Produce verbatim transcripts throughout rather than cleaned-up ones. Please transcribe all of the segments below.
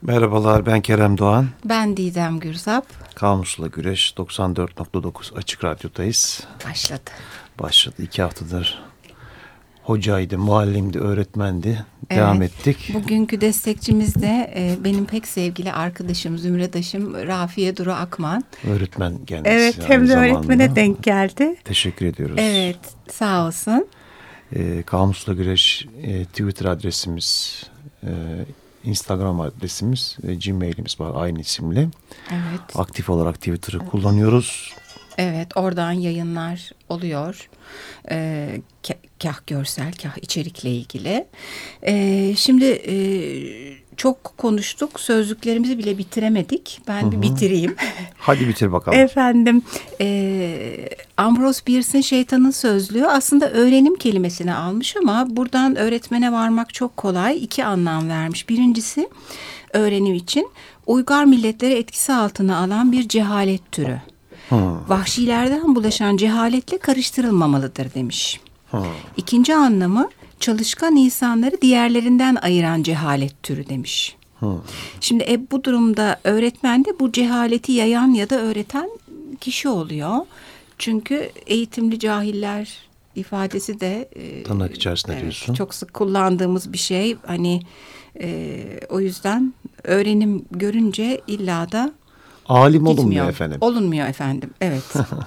Merhabalar, ben Kerem Doğan. Ben Didem Gürzap. Kamusla Güreş doksan dört nokta dokuz Açık Radyo'dayız. Başladı. Başladı. İki haftadır hocaydı, muallimdi, öğretmendi. Evet. Devam ettik. Bugünkü destekçimiz de e, benim pek sevgili arkadaşım, zümredaşım Rafiye Duru Akman. Öğretmen kendisi. Evet, hem de öğretmene zamanda. Denk geldi. Teşekkür ediyoruz. Evet, sağ olsun. E, Kamusla Güreş e, Twitter adresimiz, e, Instagram adresimiz ve Gmail'imiz var aynı isimli. Evet. Aktif olarak Twitter'ı kullanıyoruz. Evet, oradan yayınlar oluyor. Ee, kah görsel, kah içerikle ilgili. Ee, şimdi e, çok konuştuk, sözlüklerimizi bile bitiremedik. Ben Hı-hı. bir bitireyim. Hadi bitir bakalım. Efendim, e, Ambrose Bierce'in Şeytanın Sözlüğü aslında öğrenim kelimesini almış ama buradan öğretmene varmak çok kolay. İki anlam vermiş. Birincisi öğrenim için uygar milletleri etkisi altına alan bir cehalet türü. Hmm. Vahşilerden bulaşan cehaletle karıştırılmamalıdır demiş. Hmm. İkinci anlamı çalışkan insanları diğerlerinden ayıran cehalet türü demiş. Hmm. Şimdi e, bu durumda öğretmen de bu cehaleti yayan ya da öğreten kişi oluyor. Çünkü eğitimli cahiller ifadesi de e, tırnak içerisinde evet, diyorsun. Çok sık kullandığımız bir şey. Hani e, o yüzden öğrenim görünce illa da alim olunmuyor efendim. Olunmuyor efendim, evet.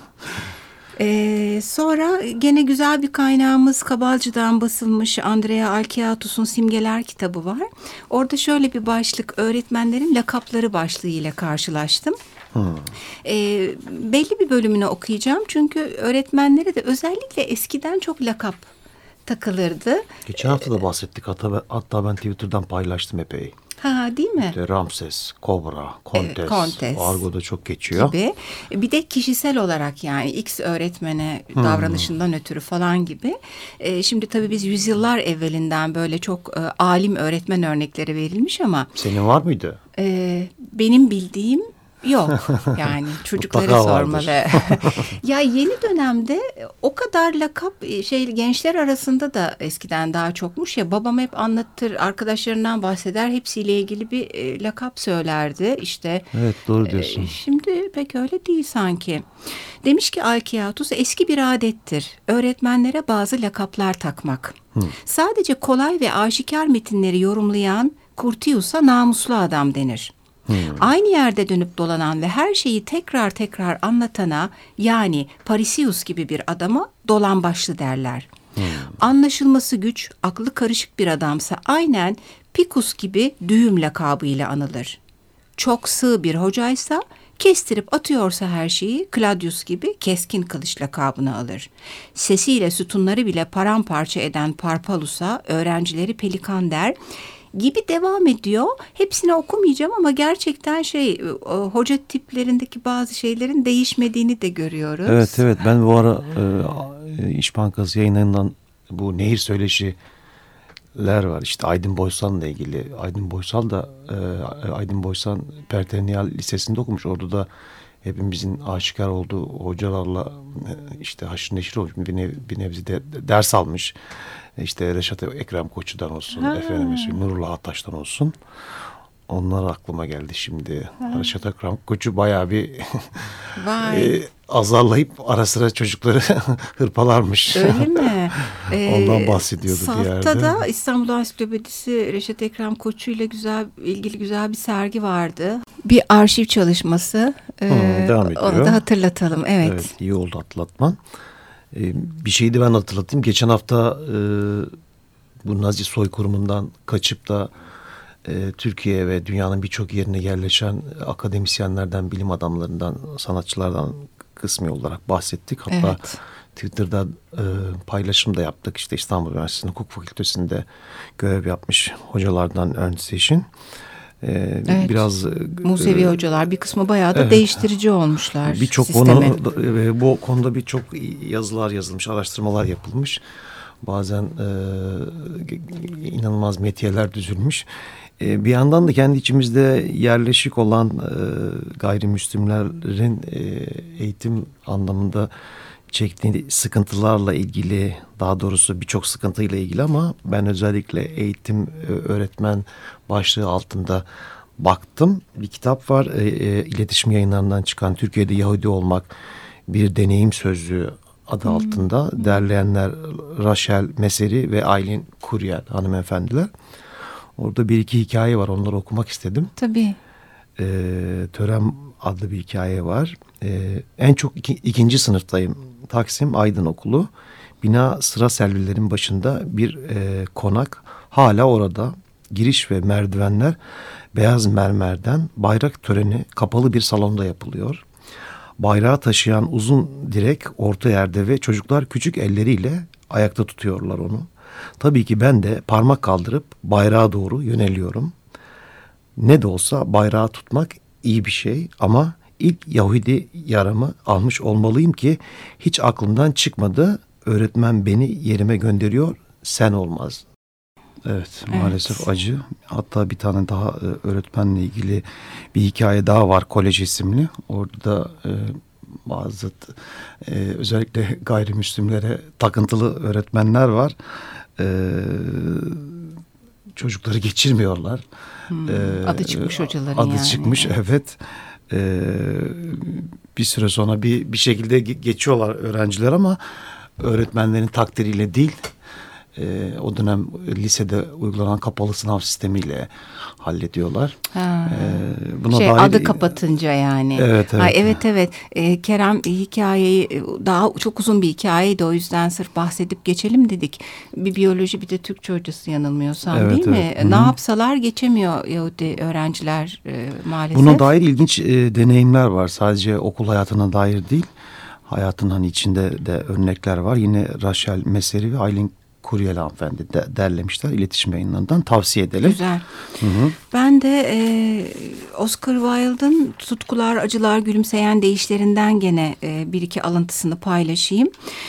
ee, sonra gene güzel bir kaynağımız Kabalcı'dan basılmış Andrea Alkiatus'un Simgeler kitabı var. Orada şöyle bir başlık, öğretmenlerin lakapları başlığıyla karşılaştım. Hmm. Ee, belli bir bölümünü okuyacağım çünkü öğretmenlere de özellikle eskiden çok lakap takılırdı. Geçen hafta da bahsettik, hatta, hatta ben Twitter'dan paylaştım epey. Ha, değil mi? İşte Ramses, Kobra, Kontes, evet, Kontes. Argo'da çok geçiyor. Gibi. Bir de kişisel olarak yani X öğretmene hmm. davranışından ötürü falan gibi. Ee, şimdi tabii biz yüzyıllar evvelinden böyle çok e, alim öğretmen örnekleri verilmiş ama. Senin var mıydı? E, benim bildiğim yok. Yani çocuklara sormalı. Ya yeni dönemde o kadar lakap şey gençler arasında da eskiden daha çokmuş ya, babam hep anlatır, arkadaşlarından bahseder, hepsiyle ilgili bir e, lakap söylerdi işte. Evet, doğru diyorsun. E, şimdi pek öyle değil sanki. Demiş ki Alkiatus, eski bir adettir öğretmenlere bazı lakaplar takmak. Hı. Sadece kolay ve aşikar metinleri yorumlayan Curtius'a namuslu adam denir. Hmm. Aynı yerde dönüp dolanan ve her şeyi tekrar tekrar anlatana, yani Parisius gibi bir adama dolambaçlı derler. Hmm. Anlaşılması güç, aklı karışık bir adamsa aynen Picus gibi düğüm lakabıyla anılır. Çok sığ bir hocaysa, kestirip atıyorsa her şeyi Claudius gibi keskin kılıç lakabını alır. Sesiyle sütunları bile paramparça eden Parpalus'a öğrencileri pelikan der gibi devam ediyor. Hepsini okumayacağım ama gerçekten şey hoca tiplerindeki bazı şeylerin değişmediğini de görüyoruz. Evet evet, ben bu ara e, İş Bankası yayınlarından bu nehir söyleşiler var. İşte Aydın Boysan'la ilgili. Aydın Boysal da e, Aydın Boysan Pertenial Lisesi'nde okumuş. Orada da hepimizin aşikar olduğu hocalarla işte haşır neşir olmuş. Bir, nev, bir nebze de ders almış. İşte Reşat Ekrem Koçu'dan olsun, efendim Nurullah Ataş'tan olsun. Onlar aklıma geldi şimdi. Ha. Reşat Ekrem Koçu bayağı bir e, azarlayıp ara sıra çocukları hırpalarmış. Öyle mi? Ondan bahsediyordu bir yerde. Saf'ta İstanbul Ansiklopedisi Reşat Ekrem Koçu ile güzel ilgili güzel bir sergi vardı. Bir arşiv çalışması. Hı, ee, devam ediyor. Onu da hatırlatalım. Evet. Evet, iyi oldu hatırlatman. Bir şeyi de ben hatırlatayım. Geçen hafta e, bu Nazi soykırımından kaçıp da e, Türkiye ve dünyanın birçok yerine yerleşen akademisyenlerden, bilim adamlarından, sanatçılardan kısmi olarak bahsettik. Hatta evet. Twitter'da e, paylaşım da yaptık. İşte İstanbul Üniversitesi'nin Hukuk Fakültesi'nde görev yapmış hocalardan Ernst Eş'in. Ee, evet. Biraz Musevi e, hocalar bir kısmı bayağı da evet. değiştirici olmuşlar. Birçok konu, bu konuda birçok yazılar yazılmış, araştırmalar yapılmış. Bazen e, inanılmaz metiyeler düzülmüş. E, bir yandan da kendi içimizde yerleşik olan e, gayrimüslimlerin e, eğitim anlamında çektiği sıkıntılarla ilgili, daha doğrusu birçok sıkıntıyla ilgili ama ben özellikle eğitim, öğretmen başlığı altında baktım. Bir kitap var, e, e, iletişim yayınlarından çıkan, Türkiye'de Yahudi olmak bir deneyim sözlüğü adı hmm. altında. Derleyenler Rachel Meseri ve Aylin Kuryel hanımefendiler. Orada bir iki hikaye var, onları okumak istedim. Tabii. E, Tören adlı bir hikaye var. E, en çok iki, ikinci sınıftayım. Taksim Aydın Okulu. Bina sıra servilerin başında bir e, konak. Hala orada. Giriş ve merdivenler beyaz mermerden, bayrak töreni kapalı bir salonda yapılıyor. Bayrağı taşıyan uzun direk orta yerde ve çocuklar küçük elleriyle ayakta tutuyorlar onu. Tabii ki ben de parmak kaldırıp bayrağa doğru yöneliyorum. Ne de olsa bayrağı tutmak iyi bir şey ama ilk Yahudi yaramı almış olmalıyım ki hiç aklımdan çıkmadı. Öğretmen beni yerime gönderiyor, sen olmaz. Evet, maalesef evet. Acı. Hatta bir tane daha e, öğretmenle ilgili bir hikaye daha var, Kolej isimli. Orada da e, bazı e, özellikle gayrimüslimlere takıntılı öğretmenler var. E, çocukları geçirmiyorlar. Hmm, e, adı çıkmış hocaların adı yani. Adı çıkmış, evet. E, bir süre sonra bir, bir şekilde geçiyorlar öğrenciler ama öğretmenlerin takdiriyle değil. Ee, o dönem lisede uygulanan kapalı sınav sistemiyle hallediyorlar. Ha. Ee, buna şey dair... adı kapatınca yani. Evet evet. Ay, evet evet. Ee, Kerem hikayeyi daha çok uzun bir hikayeydi, o yüzden sırf bahsedip geçelim dedik. Bir biyoloji bir de Türkçe hocası yanılmıyorsam, evet, değil mi? Evet. Ne yapsalar geçemiyor Yahudi öğrenciler e, maalesef. Buna dair ilginç e, deneyimler var. Sadece okul hayatına dair değil. Hayatın hani içinde de örnekler var. Yine Rachel Meseri ve Aylin Kuryel hanımefendi de derlemişler. İletişim yayınlarından tavsiye edelim. Güzel. Hı hı. Ben de e, Oscar Wilde'ın Tutkular, Acılar, Gülümseyen Değişlerinden gene e, bir iki alıntısını paylaşayım.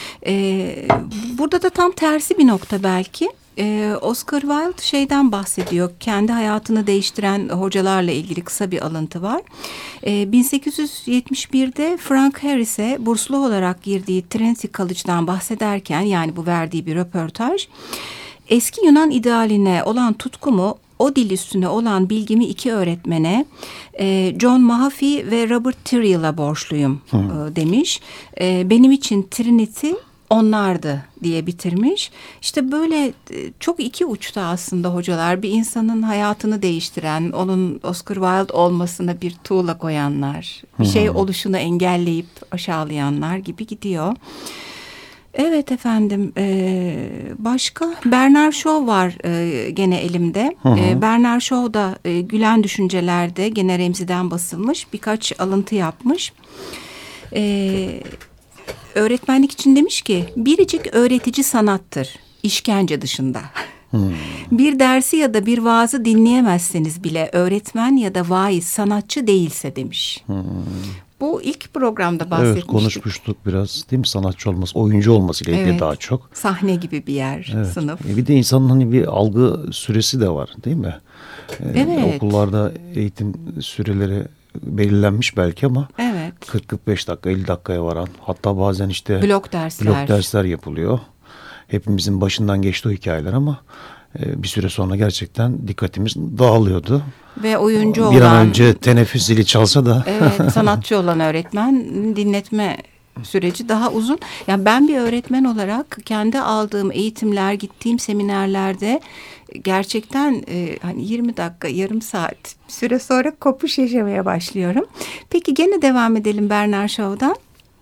E, burada da tam tersi bir nokta belki. Ee, Oscar Wilde şeyden bahsediyor. Kendi hayatını değiştiren hocalarla ilgili kısa bir alıntı var. Ee, bin sekiz yüz yetmiş birde Frank Harris'e burslu olarak girdiği Trinity College'dan bahsederken, yani bu verdiği bir röportaj, eski Yunan idealine olan tutkumu, o dil üstüne olan bilgimi iki öğretmene, e, John Mahaffey ve Robert Tyrrell'a borçluyum e, demiş. E, benim için Trinity onlardı diye bitirmiş. İşte böyle çok iki uçta aslında hocalar. Bir insanın hayatını değiştiren, onun Oscar Wilde olmasına bir tuğla koyanlar, bir şey oluşunu engelleyip aşağılayanlar gibi gidiyor. Evet efendim, e, başka Bernard Shaw var e, gene elimde. Hı hı. E, Bernard Shaw da e, Gülen Düşünceler'de gene Remzi'den basılmış birkaç alıntı yapmış. Evet. Öğretmenlik için demiş ki, biricik öğretici sanattır, işkence dışında. Hmm. Bir dersi ya da bir vaazı dinleyemezseniz bile öğretmen ya da vaiz sanatçı değilse demiş. Hmm. Bu ilk programda bahsetmiştik. Evet, konuşmuştuk biraz, değil mi? Sanatçı olması, oyuncu olması ile ilgili, evet, daha çok. Sahne gibi bir yer, evet, sınıf. Bir de insanın hani bir algı süresi de var, değil mi? Ee, evet. Okullarda eğitim süreleri belirlenmiş belki ama evet. kırk kırk beş dakika, elli dakikaya varan, hatta bazen işte blok dersler, blok dersler yapılıyor. Hepimizin başından geçti o hikayeler ama e, bir süre sonra gerçekten dikkatimiz dağılıyordu. Ve oyuncu bir olan... Bir an önce teneffüs zili çalsa da... Evet, sanatçı olan öğretmen dinletme süreci daha uzun. Yani ben bir öğretmen olarak kendi aldığım eğitimler, gittiğim seminerlerde gerçekten e, hani yirmi dakika, yarım saat süre sonra kopuş yaşamaya başlıyorum. Peki gene devam edelim Bernard Shaw'dan.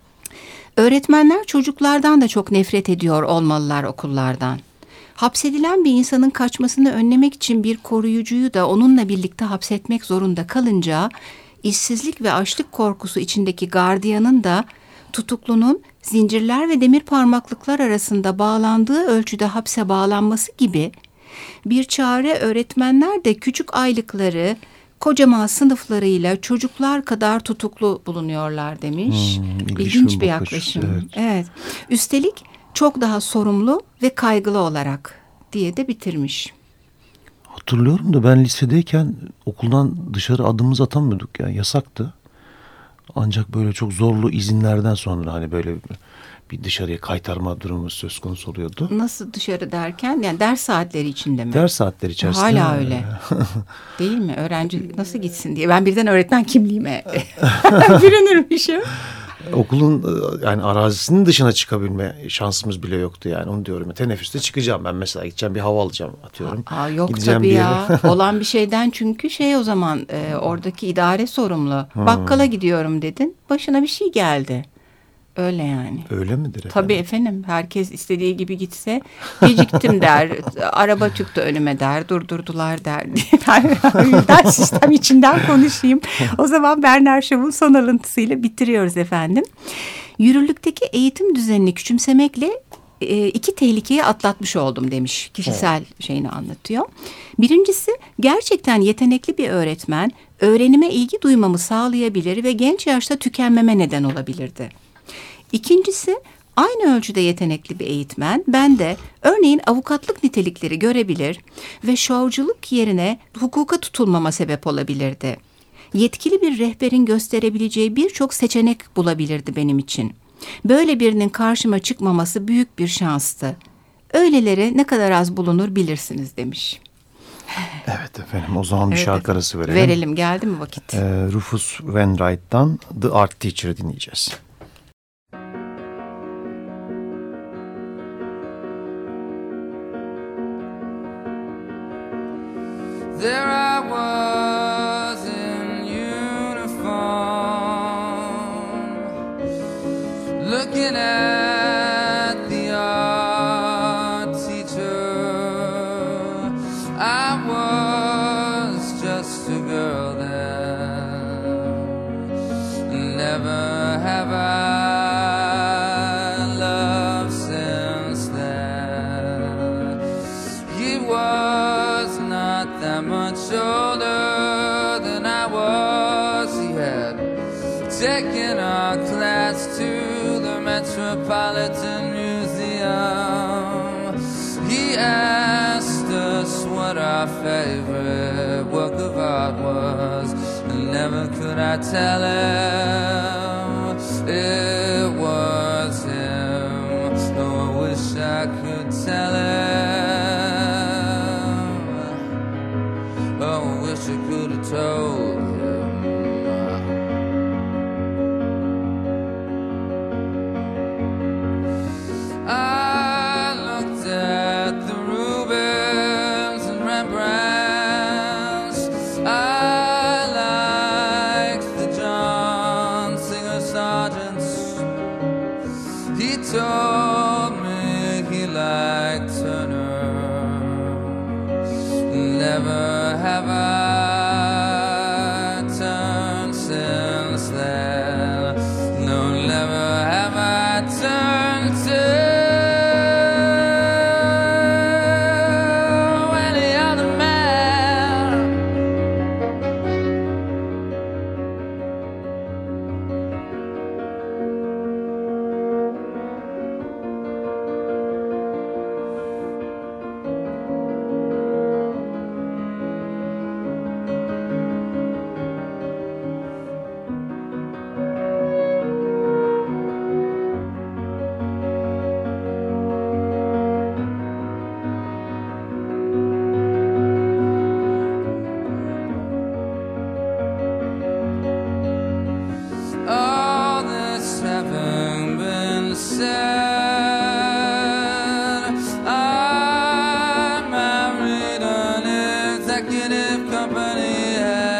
Öğretmenler çocuklardan da çok nefret ediyor olmalılar okullardan. Hapsedilen bir insanın kaçmasını önlemek için bir koruyucuyu da onunla birlikte hapsetmek zorunda kalınca, işsizlik ve açlık korkusu içindeki gardiyanın da tutuklunun zincirler ve demir parmaklıklar arasında bağlandığı ölçüde hapse bağlanması gibi bir çare öğretmenler de küçük aylıkları, kocaman sınıflarıyla çocuklar kadar tutuklu bulunuyorlar demiş. Hmm, İlginç bir yaklaşım. Evet. evet. Üstelik çok daha sorumlu ve kaygılı olarak diye de bitirmiş. Hatırlıyorum da ben lisedeyken okuldan dışarı adımımızı atamıyorduk ya, yasaktı. Ancak böyle çok zorlu izinlerden sonra hani böyle bir dışarıya kaytarma durumu söz konusu oluyordu. Nasıl dışarı derken? Yani ders saatleri içinde mi? Ders saatleri içerisinde. Hala öyle. Değil mi? Öğrenci nasıl gitsin diye. Ben birden öğretmen kimliğime bürünürmüşüm. Okulun yani arazisinin dışına çıkabilme şansımız bile yoktu yani. Onu diyorum. Teneffüste çıkacağım ben mesela. Gideceğim bir hava alacağım atıyorum. Aa, yok Gideceğim tabii bir ya. Olan bir şeyden çünkü şey o zaman e, oradaki idare sorumlu. Hmm. Bakkala gidiyorum dedin. Başına bir şey geldi. Öyle yani. Öyle midir efendim? Tabii efendim. Herkes istediği gibi gitse geciktim der. Araba çıktı önüme der. Durdurdular der. Ben sistem içinden konuşayım. O zaman Bernard Shaw'un son alıntısıyla bitiriyoruz efendim. Yürürlükteki eğitim düzenini küçümsemekle e, iki tehlikeyi atlatmış oldum demiş. Kişisel evet. şeyini anlatıyor. Birincisi gerçekten yetenekli bir öğretmen öğrenime ilgi duymamı sağlayabilir ve genç yaşta tükenmeme neden olabilirdi. İkincisi aynı ölçüde yetenekli bir eğitmen ben de örneğin avukatlık nitelikleri görebilir ve şovculuk yerine hukuka tutulmama sebep olabilirdi. Yetkili bir rehberin gösterebileceği birçok seçenek bulabilirdi benim için. Böyle birinin karşıma çıkmaması büyük bir şanstı. Öyleleri ne kadar az bulunur bilirsiniz demiş. Evet efendim o zaman bir evet, şarkı arası verelim. Verelim geldi mi vakit? Ee, Rufus Wainwright'tan The Art Teacher'ı dinleyeceğiz. There I was in uniform, looking at the art teacher. I was just a girl then, never have I loved since then. He was not that much older than I was. He had taken our class to the Metropolitan Museum. He asked us what our favorite work of art was, and never could I tell him it was him. Oh, I wish I could tell him. Oh, I wish I could have told him. I looked at the Rubens and Rembrandts. I liked the John Singer Sargents. He told me he liked Turner. Never have I turned since then. No, never have I turned to any other man. All this having been said, I married an executive company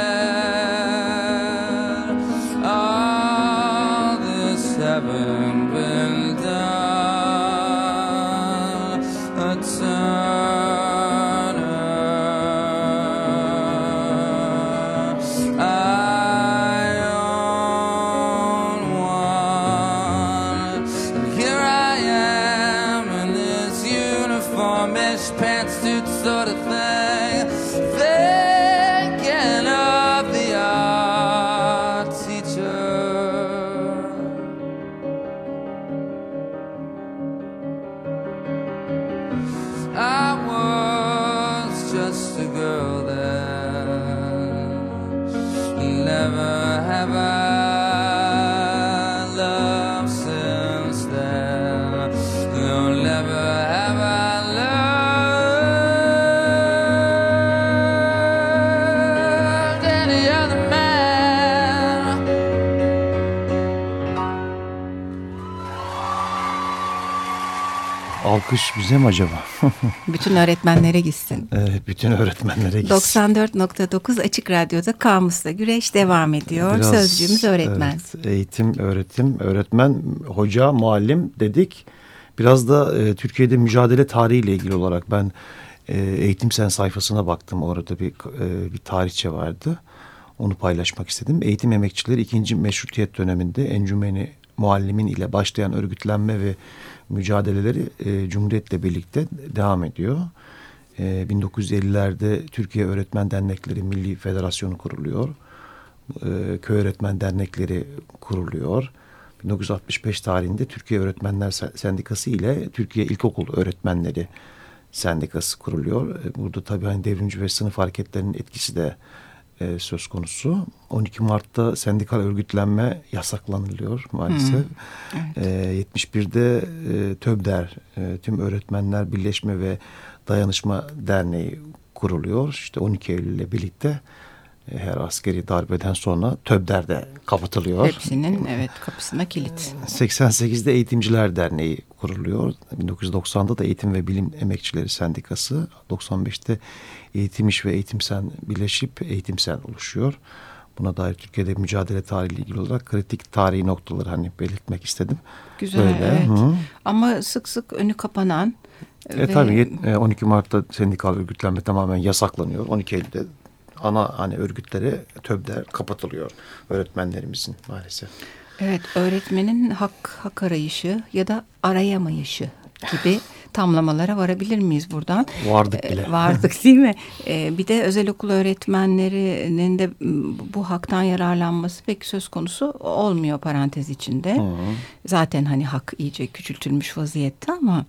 head. All this having been done, a Turner. I own one. And here I am in this uniformish pantsuit sort of thing, thinking of the art teacher. I was just a girl then, never have I alkış bize mi acaba? Bütün öğretmenlere gitsin. Evet, bütün öğretmenlere gitsin. doksan dört nokta dokuz Açık Radyo'da Kamus'la Güreş devam ediyor. Biraz, sözcüğümüz öğretmen. Evet, eğitim, öğretim, öğretmen, hoca, muallim dedik. Biraz da e, Türkiye'de mücadele tarihiyle ilgili olarak ben e, Eğitim Sen sayfasına baktım. Orada bir e, bir tarihçe vardı. Onu paylaşmak istedim. Eğitim emekçileri ikinci Meşrutiyet döneminde Encümeni Muallimin ile başlayan örgütlenme ve mücadeleleri e, Cumhuriyet'le birlikte devam ediyor. E, bin dokuz yüz ellilerde Türkiye Öğretmen Dernekleri Milli Federasyonu kuruluyor. E, Köy Öğretmen Dernekleri kuruluyor. bin dokuz yüz altmış beş tarihinde Türkiye Öğretmenler Sendikası ile Türkiye İlkokul Öğretmenleri Sendikası kuruluyor. E, burada tabii hani devrimci ve sınıf hareketlerinin etkisi de e, söz konusu. on iki Mart'ta sendikal örgütlenme yasaklanılıyor maalesef. Hmm, evet. e, yetmiş birde e, TÖBDER, e, Tüm Öğretmenler Birleşme ve Dayanışma Derneği kuruluyor. İşte on iki Eylül ile birlikte e, her askeri darbeden sonra TÖBDER de kapatılıyor. Hepsinin evet kapısına kilit. seksen sekizde Eğitimciler Derneği kuruluyor. bin dokuz yüz doksanda da Eğitim ve Bilim Emekçileri Sendikası. doksan beşte Eğitim İş ve Eğitim Sen birleşip Eğitim Sen oluşuyor. Buna dair Türkiye'de mücadele tarihiyle ilgili olarak kritik tarihi noktaları hani belirtmek istedim. Güzel, böyle. Evet. Hı. Ama sık sık önü kapanan. E, ve... Tabii on iki Mart'ta sendikal örgütlenme tamamen yasaklanıyor. on iki Eylül'de ana hani örgütleri TÖBDER kapatılıyor öğretmenlerimizin maalesef. Evet, öğretmenin hak hak arayışı ya da arayamayışı gibi tamlamalara varabilir miyiz buradan? Vardık bile. Ee, vardık değil mi? Ee, bir de özel okul öğretmenlerinin de bu haktan yararlanması pek söz konusu olmuyor parantez içinde. Hı hı. Zaten hani hak iyice küçültülmüş vaziyette ama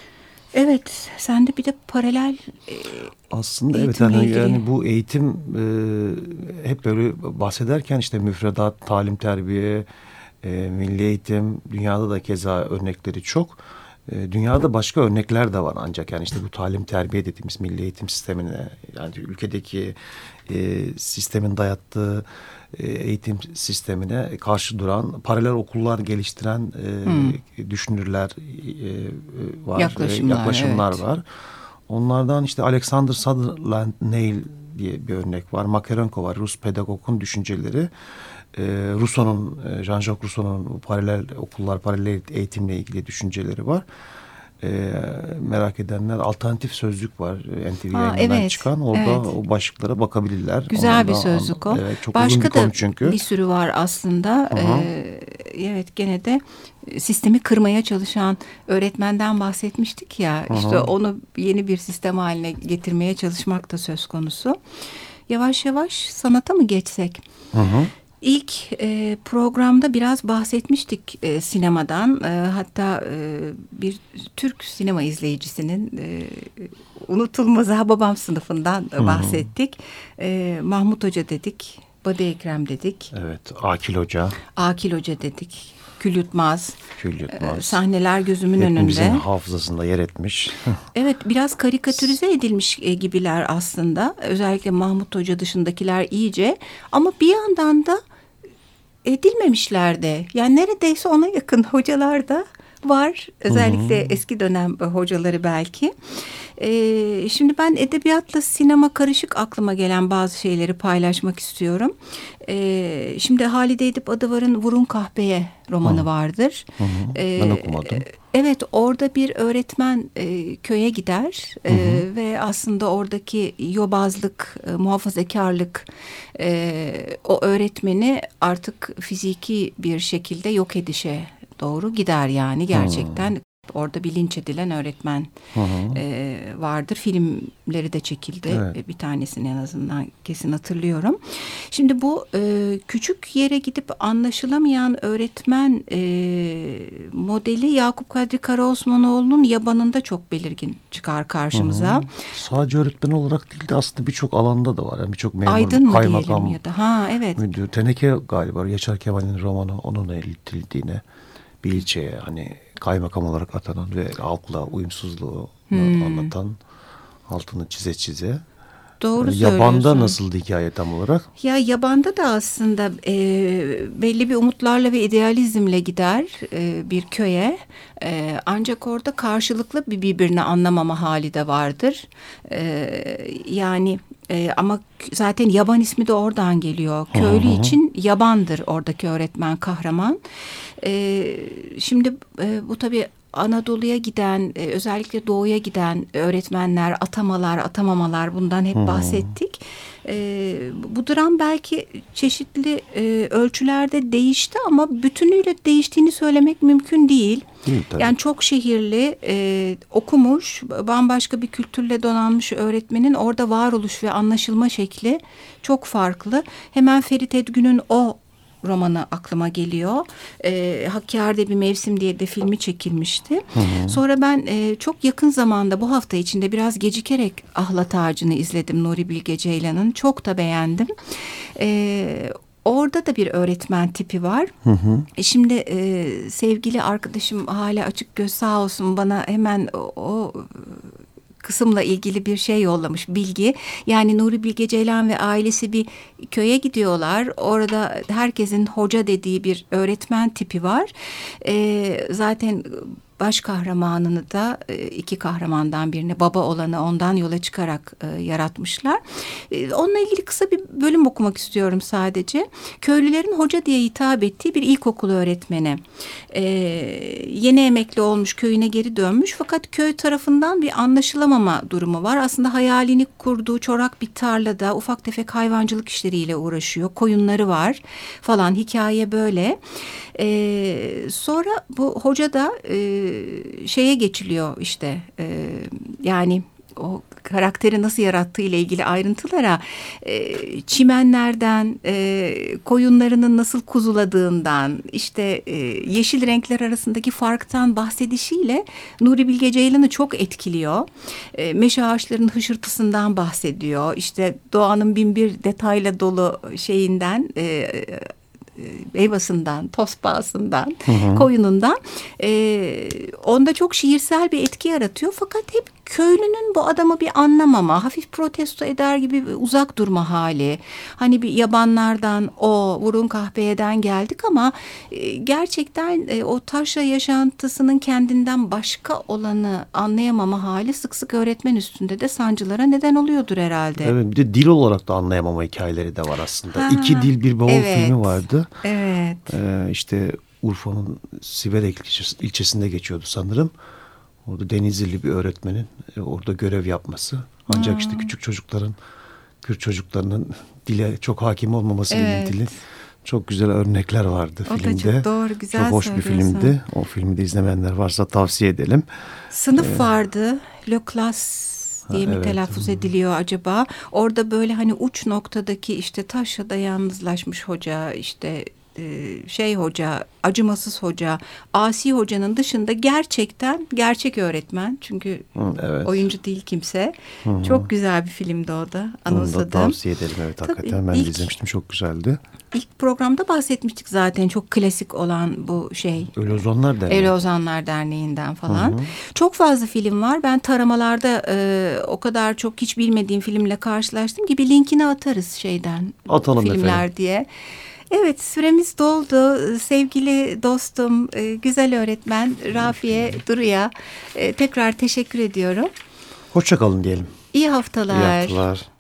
evet, sen de bir de paralel e, aslında evet hani yani bu eğitim e, hep böyle bahsederken işte müfredat, talim, terbiye, e, milli eğitim, dünyada da keza örnekleri çok. E, dünyada başka örnekler de var ancak yani işte bu talim, terbiye dediğimiz milli eğitim sistemine yani ülkedeki e, sistemin dayattığı e, eğitim sistemine karşı duran paralel okullar geliştiren e, hmm. düşünürler e, var, yaklaşımlar, yaklaşımlar evet. var. Onlardan işte Alexander Sutherland Neil diye bir örnek var. Makarenko var. Rus pedagogun düşünceleri. Ee, Rousseau'nun, Jean-Jacques Rousseau'nun paralel okullar, paralel eğitimle ilgili düşünceleri var. Ee, merak edenler alternatif sözlük var. N T V Aa, yayınından evet, çıkan. Orada evet. o başlıklara bakabilirler. Güzel Ondan bir sözlük o. Evet, çok başka uzun bir da konu çünkü. Bir sürü var aslında. Ee, evet gene de sistemi kırmaya çalışan öğretmenden bahsetmiştik ya. Hı-hı. İşte onu yeni bir sistem haline getirmeye çalışmak da söz konusu. Yavaş yavaş sanata mı geçsek? Hı hı. İlk e, programda biraz bahsetmiştik e, sinemadan. E, hatta e, bir Türk sinema izleyicisinin e, unutulmaz Hababam sınıfından Hı-hı. bahsettik. E, Mahmut Hoca dedik, Badi Ekrem dedik. Evet, Akil Hoca. Akil Hoca dedik. Kül Yutmaz. Kül Yutmaz. E, sahneler gözümün Hepimizin önünde. Hepimizin hafızasında yer etmiş. Evet, biraz karikatürize edilmiş e, gibiler aslında. Özellikle Mahmut Hoca dışındakiler iyice. Ama bir yandan da edilmemişler de. Yani neredeyse ona yakın hocalar da var. Özellikle Hı-hı. eski dönem hocaları belki. Ee, şimdi ben edebiyatla sinema karışık aklıma gelen bazı şeyleri paylaşmak istiyorum. Ee, şimdi Halide Edip Adıvar'ın Vurun Kahpeye romanı Hı. vardır. Ee, ben okumadım. Evet, orada bir öğretmen e, köye gider e, ve aslında oradaki yobazlık, e, muhafazakarlık e, o öğretmeni artık fiziki bir şekilde yok edişe doğru gider yani gerçekten. Hı. Orada bir linç edilen öğretmen hı hı. E, vardır. Filmleri de çekildi. Evet. Bir tanesini en azından kesin hatırlıyorum. Şimdi bu e, küçük yere gidip anlaşılamayan öğretmen e, modeli Yakup Kadri Karaosmanoğlu'nun Yabanı'nda çok belirgin çıkar karşımıza. Hı hı. Sadece öğretmen olarak değil de aslında birçok alanda da var. Yani birçok memur, Aydın mı kaymakam, ya da ha evet. müdür. Teneke galiba Yaşar Kemal'in romanı onunla iletildiğine bir ilçeye hani kaymakam olarak atanan ve halkla uyumsuzluğu hmm. anlatan, altını çize çize Doğru E, söylüyorsun. Yaban'da nasıldı hikaye tam olarak? Ya Yaban'da da aslında e, belli bir umutlarla ve idealizmle gider e, bir köye. E, ancak orada karşılıklı bir birbirini anlamama hali de vardır. E, yani e, ama zaten Yaban ismi de oradan geliyor. Köylü Hı hı. için yabandır oradaki öğretmen kahraman. E, şimdi e, bu tabii Anadolu'ya giden, e, özellikle doğuya giden öğretmenler, atamalar, atamamalar, bundan hep Hmm. bahsettik. E, bu dram belki çeşitli e, ölçülerde değişti ama bütünüyle değiştiğini söylemek mümkün değil. Değil, tabii. Yani çok şehirli, e, okumuş, bambaşka bir kültürle donanmış öğretmenin orada varoluş ve anlaşılma şekli çok farklı. Hemen Ferit Edgün'ün o romanı aklıma geliyor. E, Hakkari'de bir mevsim diye de filmi çekilmişti. Hı hı. Sonra ben e, çok yakın zamanda bu hafta içinde biraz gecikerek Ahlat Ağacı'nı izledim, Nuri Bilge Ceylan'ın. Çok da beğendim. E, orada da bir öğretmen tipi var. Hı hı. E, şimdi e, sevgili arkadaşım Hale Açıkgöz sağ olsun bana hemen o... o kısımla ilgili bir şey yollamış, bilgi. Yani Nuri Bilge Ceylan ve ailesi bir köye gidiyorlar. Orada herkesin hoca dediği bir öğretmen tipi var. Ee, zaten baş kahramanını da iki kahramandan birine, baba olanı ondan yola çıkarak e, yaratmışlar. E, onunla ilgili kısa bir bölüm okumak istiyorum sadece. Köylülerin hoca diye hitap ettiği bir ilkokul öğretmeni. E, yeni emekli olmuş, köyüne geri dönmüş fakat köy tarafından bir anlaşılamama durumu var. Aslında hayalini kurduğu çorak bir tarlada ufak tefek hayvancılık işleriyle uğraşıyor. Koyunları var falan, hikaye böyle. E, sonra bu hoca da e, şeye geçiliyor işte e, yani o karakteri nasıl yarattığı ile ilgili ayrıntılara, e, çimenlerden, e, koyunlarının nasıl kuzuladığından, işte e, yeşil renkler arasındaki farktan bahsedişiyle Nuri Bilge Ceylan'ı çok etkiliyor. E, meşe ağaçlarının hışırtısından bahsediyor. İşte doğanın bin bir detayla dolu şeyinden, e, eyvasından, tospağısından, Hı hı. koyunundan. Ee, onda çok şiirsel bir etki yaratıyor. Fakat hep köylünün bu adamı bir anlamama, hafif protesto eder gibi bir uzak durma hali. Hani bir yabanlardan, o vurun kahpeyeden geldik ama e, gerçekten e, o taşra yaşantısının kendinden başka olanı anlayamama hali sık sık öğretmen üstünde de sancılara neden oluyordur herhalde. Evet, bir de dil olarak da anlayamama hikayeleri de var aslında. Ha, İki Dil Bir Bavul evet. filmi vardı. Evet. Ee, işte Urfa'nın Siverek ilçes- ilçesinde geçiyordu sanırım. Orada Denizli'li bir öğretmenin e, orada görev yapması. Ancak Aa. işte küçük çocukların, Kürt çocuklarının dile çok hakim olmaması ile Evet. ilgili çok güzel örnekler vardı O da filmde. çok doğru, güzel Çok hoş bir söylüyorsun. filmdi. O filmi de izlemeyenler varsa tavsiye edelim. Sınıf vardı. Le Classe diye Ha, mi evet. telaffuz ediliyor acaba? Orada böyle hani uç noktadaki işte taşrada yalnızlaşmış hoca, işte e, şey hoca, acımasız hoca, asi hocanın dışında gerçekten gerçek öğretmen. Çünkü Hı, evet. oyuncu değil kimse. Hı hı. Çok güzel bir filmdi o da. Onu da Anımsadım. tavsiye edelim. Evet, Tabii, hakikaten ben de ilk- izlemiştim. Çok güzeldi. İlk programda bahsetmiştik zaten, çok klasik olan bu şey. Öyle Ozanlar Derneği. Evli Ozanlar Derneği'nden falan. Hı hı. Çok fazla film var. Ben taramalarda e, o kadar çok hiç bilmediğim filmle karşılaştım ki bir linkini atarız şeyden. Atalım filmler efendim. diye. Evet, süremiz doldu. Sevgili dostum, e, güzel öğretmen Rafiye Duru'ya e, tekrar teşekkür ediyorum. Hoşça kalın diyelim. İyi haftalar. İyi haftalar.